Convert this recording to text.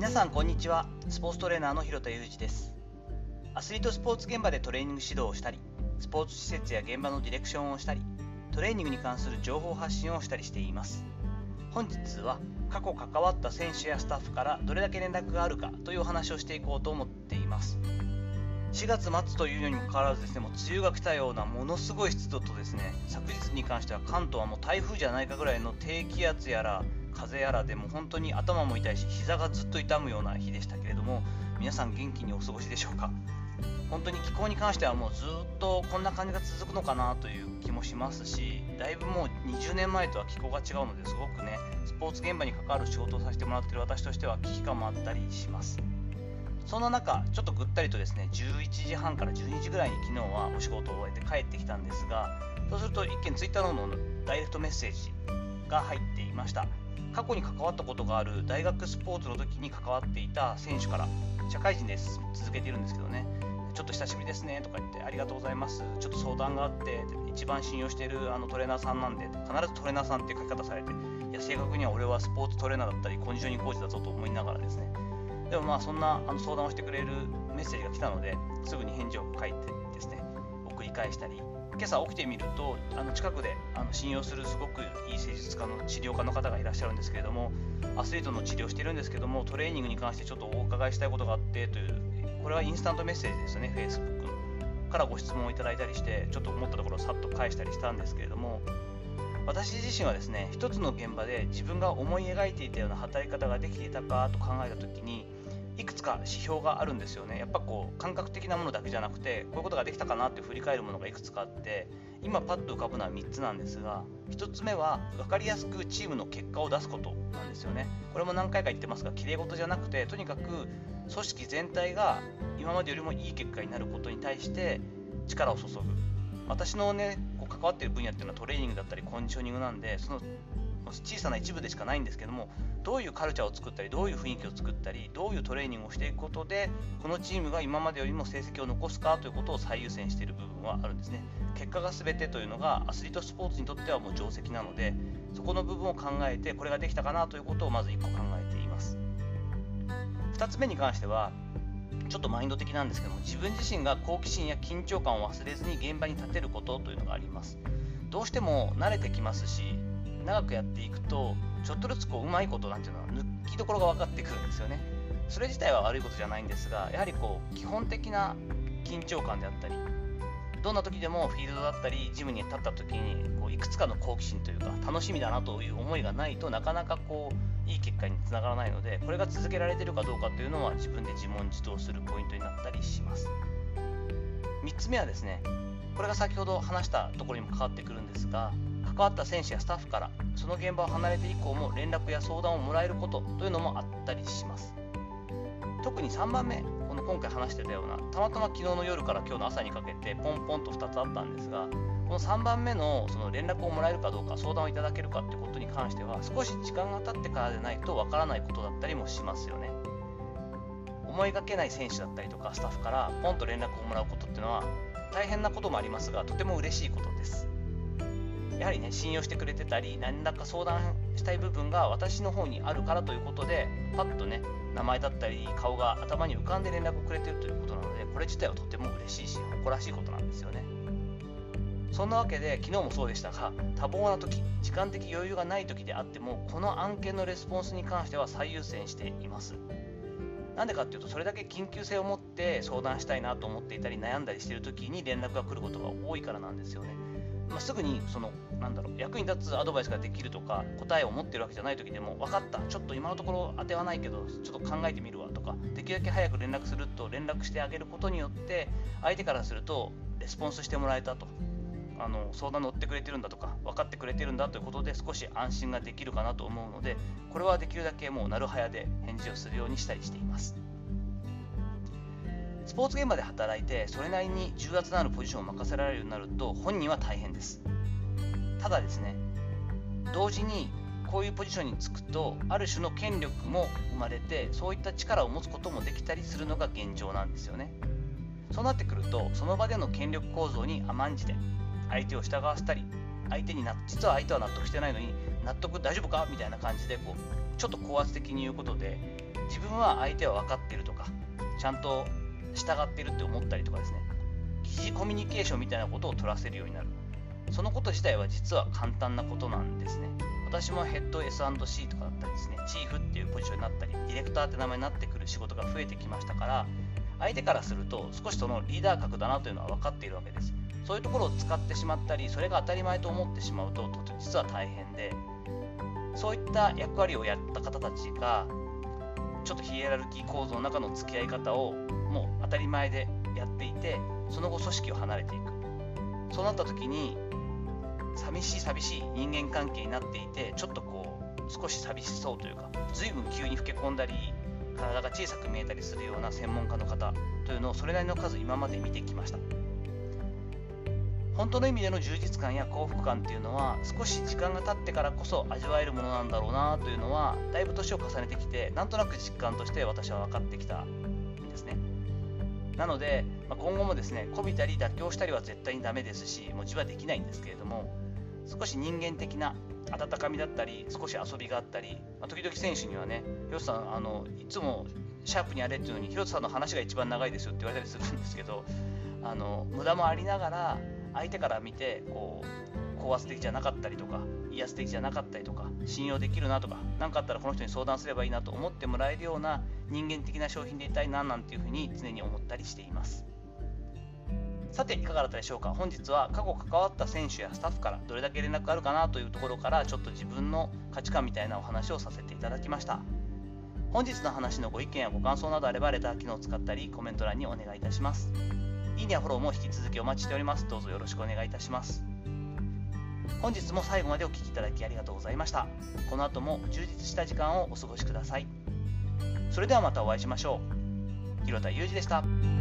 皆さんこんにちは。スポーツトレーナーの広田裕二です。アスリートスポーツ現場でトレーニング指導をしたり、スポーツ施設や現場のディレクションをしたり、トレーニングに関する情報発信をしたりしています。本日は過去関わった選手やスタッフからどれだけ連絡があるかというお話をしていこうと思っています。4月末というのにもかかわらずですね、もう梅雨が来たようなものすごい湿度とですね、昨日に関しては関東はもう台風じゃないかぐらいの低気圧やら風やらでもう本当に頭も痛いし膝がずっと痛むような日でしたけれども、皆さん元気にお過ごしでしょうか。本当に気候に関してはもうずっとこんな感じが続くのかなという気もしますし、だいぶもう20年前とは気候が違うのですごくね、スポーツ現場に関わる仕事をさせてもらっている私としては危機感もあったりします。そんな中、ちょっとぐったりとですね、11時半から12時ぐらいに昨日はお仕事を終えて帰ってきたんですが、そうすると一見ツイッターのダイレクトメッセージが入っていました。過去に関わったことがある大学スポーツの時に関わっていた選手から、社会人で続けているんですけどね、ちょっと久しぶりですねとか言って、ありがとうございます、ちょっと相談があって、一番信用しているトレーナーさんなんで、必ずトレーナーさんっていう書き方されて、いや正確には俺はスポーツトレーナーだったりコンディショニングコーチだぞと思いながらですね、でもそんな相談をしてくれるメッセージが来たので、すぐに返事を書いてですね、送り返したり、今朝起きてみると近くで信用するすごくいい施術家の治療家の方がいらっしゃるんですけれども、アスリートの治療をしているんですけども、トレーニングに関してちょっとお伺いしたいことがあってという、これはインスタントメッセージですよね、 Facebook からご質問をいただいたりして、ちょっと思ったところをさっと返したりしたんですけれども、私自身はですね、一つの現場で自分が思い描いていたような働き方ができていたかと考えたときに、いくつか指標があるんですよね。やっぱ感覚的なものだけじゃなくて、こういうことができたかなって振り返るものがいくつかあって、今パッと浮かぶのは3つなんですが、1つ目は分かりやすくチームの結果を出すことなんですよね。これも何回か言ってますが、綺麗事じゃなくて、とにかく組織全体が今までよりもいい結果になることに対して力を注ぐ。私のね、関わっている分野っていうのはトレーニングだったりコンディショニングなんで、その小さな一部でしかないんですけども、どういうカルチャーを作ったり、どういう雰囲気を作ったり、どういうトレーニングをしていくことでこのチームが今までよりも成績を残すかということを最優先している部分はあるんですね。結果が全てというのがアスリートスポーツにとってはもう定石なので、そこの部分を考えて、これができたかなということをまず1個考えています。2つ目に関してはちょっとマインド的なんですけども、自分自身が好奇心や緊張感を忘れずに現場に立てることというのがあります。どうしても慣れてきますし、長くやっていくとちょっとずつうまいことなんていうのは抜きどころが分かってくるんですよね。それ自体は悪いことじゃないんですが、やはり基本的な緊張感であったり、どんな時でもフィールドだったりジムに立った時にいくつかの好奇心というか楽しみだなという思いがないと、なかなかいい結果につながらないので、これが続けられているかどうかというのは自分で自問自答するポイントになったりします。3つ目はですね、これが先ほど話したところにも関わってくるんですが、関わった選手やスタッフからその現場を離れて以降も連絡や相談をもらえることというのもあったりします。特に3番目、今回話してたような、たまたま昨日の夜から今日の朝にかけてポンポンと2つあったんですが、この3番目のその連絡をもらえるかどうか、相談をいただけるかということに関しては、少し時間が経ってからでないとわからないことだったりもしますよね。思いがけない選手だったりとかスタッフからポンと連絡をもらうことっていうのは大変なこともありますが、とても嬉しいことです。やはりね、信用してくれてたり、何らか相談したい部分が私の方にあるからということで、パッとね、名前だったり顔が頭に浮かんで連絡をくれているということなので、これ自体はとても嬉しいし誇らしいことなんですよね。そんなわけで、昨日もそうでしたが、多忙な時、時間的余裕がない時であっても、この案件のレスポンスに関しては最優先しています。なんでかっていうと、それだけ緊急性を持って相談したいなと思っていたり悩んだりしている時に連絡が来ることが多いからなんですよね。すぐに役に立つアドバイスができるとか答えを持っているわけじゃない時でも、分かった、ちょっと今のところ当てはないけどちょっと考えてみるわとか、できるだけ早く連絡すると連絡してあげることによって、相手からするとレスポンスしてもらえたと、相談乗ってくれてるんだとか分かってくれてるんだということで、少し安心ができるかなと思うので、これはできるだけもうなるはやで返事をするようにしたりしています。スポーツ現場で働いてそれなりに重圧のあるポジションを任せられるようになると、本人は大変です。ただですね、同時にこういうポジションにつくとある種の権力も生まれて、そういった力を持つこともできたりするのが現状なんですよね。そうなってくると、その場での権力構造に甘んじて相手を従わせたり、実は相手は納得してないのに納得大丈夫かみたいな感じでちょっと高圧的に言うことで、 自分は相手は分かってるとか、ちゃんと従ってるって思ったりとかですね、疑似コミュニケーションみたいなことを取らせるようになる。そのこと自体は実は簡単なことなんですね。私もヘッド S&C とかだったりですね、チーフっていうポジションになったり、ディレクターって名前になってくる仕事が増えてきましたから、相手からすると少しそのリーダー格だなというのは分かっているわけです。そういうところを使ってしまったり、それが当たり前と思ってしまうと実は大変で、そういった役割をやった方たちがちょっとヒエラルキー構造の中の付き合い方をもう当たり前でやっていて、その後組織を離れていく。そうなった時に寂しい人間関係になっていて、ちょっと少し寂しそうというか、随分急に老け込んだり体が小さく見えたりするような専門家の方というのをそれなりの数今まで見てきました。本当の意味での充実感や幸福感っていうのは少し時間が経ってからこそ味わえるものなんだろうなというのは、だいぶ年を重ねてきてなんとなく実感として私は分かってきたんですね。なので、今後もですね、こびたり妥協したりは絶対にダメですし、もう自分はできないんですけれども、少し人間的な温かみだったり、少し遊びがあったり、時々選手にはね、広瀬さんいつもシャープにやれっていうのに広瀬さんの話が一番長いですよって言われたりするんですけど、無駄もありながら相手から見て高圧的じゃなかったりとか、威圧的じゃなかったりとか、信用できるなとか、何かあったらこの人に相談すればいいなと思ってもらえるような人間的な商品でいたいななんていうふうに常に思ったりしています。さていかがだったでしょうか。本日は過去関わった選手やスタッフからどれだけ連絡あるかなというところから、ちょっと自分の価値観みたいなお話をさせていただきました。本日の話のご意見やご感想などあればレター機能を使ったりコメント欄にお願いいたします。いいねやフォローも引き続きお待ちしております。どうぞよろしくお願いいたします。本日も最後までお聞きいただきありがとうございました。この後も充実した時間をお過ごしください。それではまたお会いしましょう。広田裕二でした。